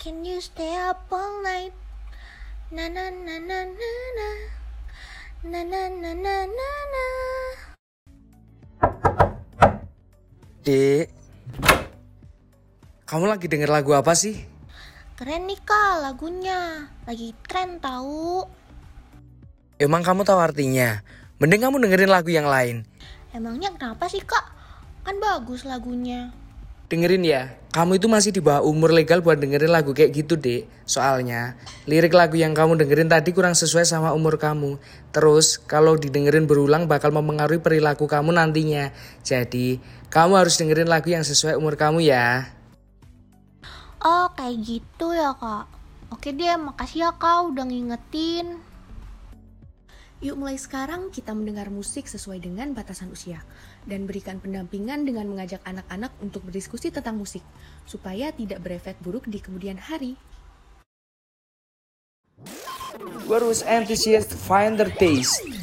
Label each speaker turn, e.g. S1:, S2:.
S1: Can you stay up all night? Na na na na na na. Na na na na na na.
S2: Dek, kamu lagi denger lagu apa sih?
S1: Keren nih Kak lagunya. Lagi tren tahu.
S2: Emang kamu tahu artinya? Mending kamu dengerin lagu yang lain.
S1: Emangnya kenapa sih Kak? Kan bagus lagunya.
S2: Dengerin ya, kamu itu masih di bawah umur legal buat dengerin lagu kayak gitu, Dek. Soalnya, lirik lagu yang kamu dengerin tadi kurang sesuai sama umur kamu. Terus, kalau didengerin berulang bakal mempengaruhi perilaku kamu nantinya. Jadi, kamu harus dengerin lagu yang sesuai umur kamu ya.
S1: Oh kayak gitu ya Kak. Oke deh, makasih ya Kak udah ngingetin.
S3: Yuk mulai sekarang kita mendengar musik sesuai dengan batasan usia dan berikan pendampingan dengan mengajak anak-anak untuk berdiskusi tentang musik supaya tidak berefek buruk di kemudian hari.
S2: Where was enthusiast find their taste?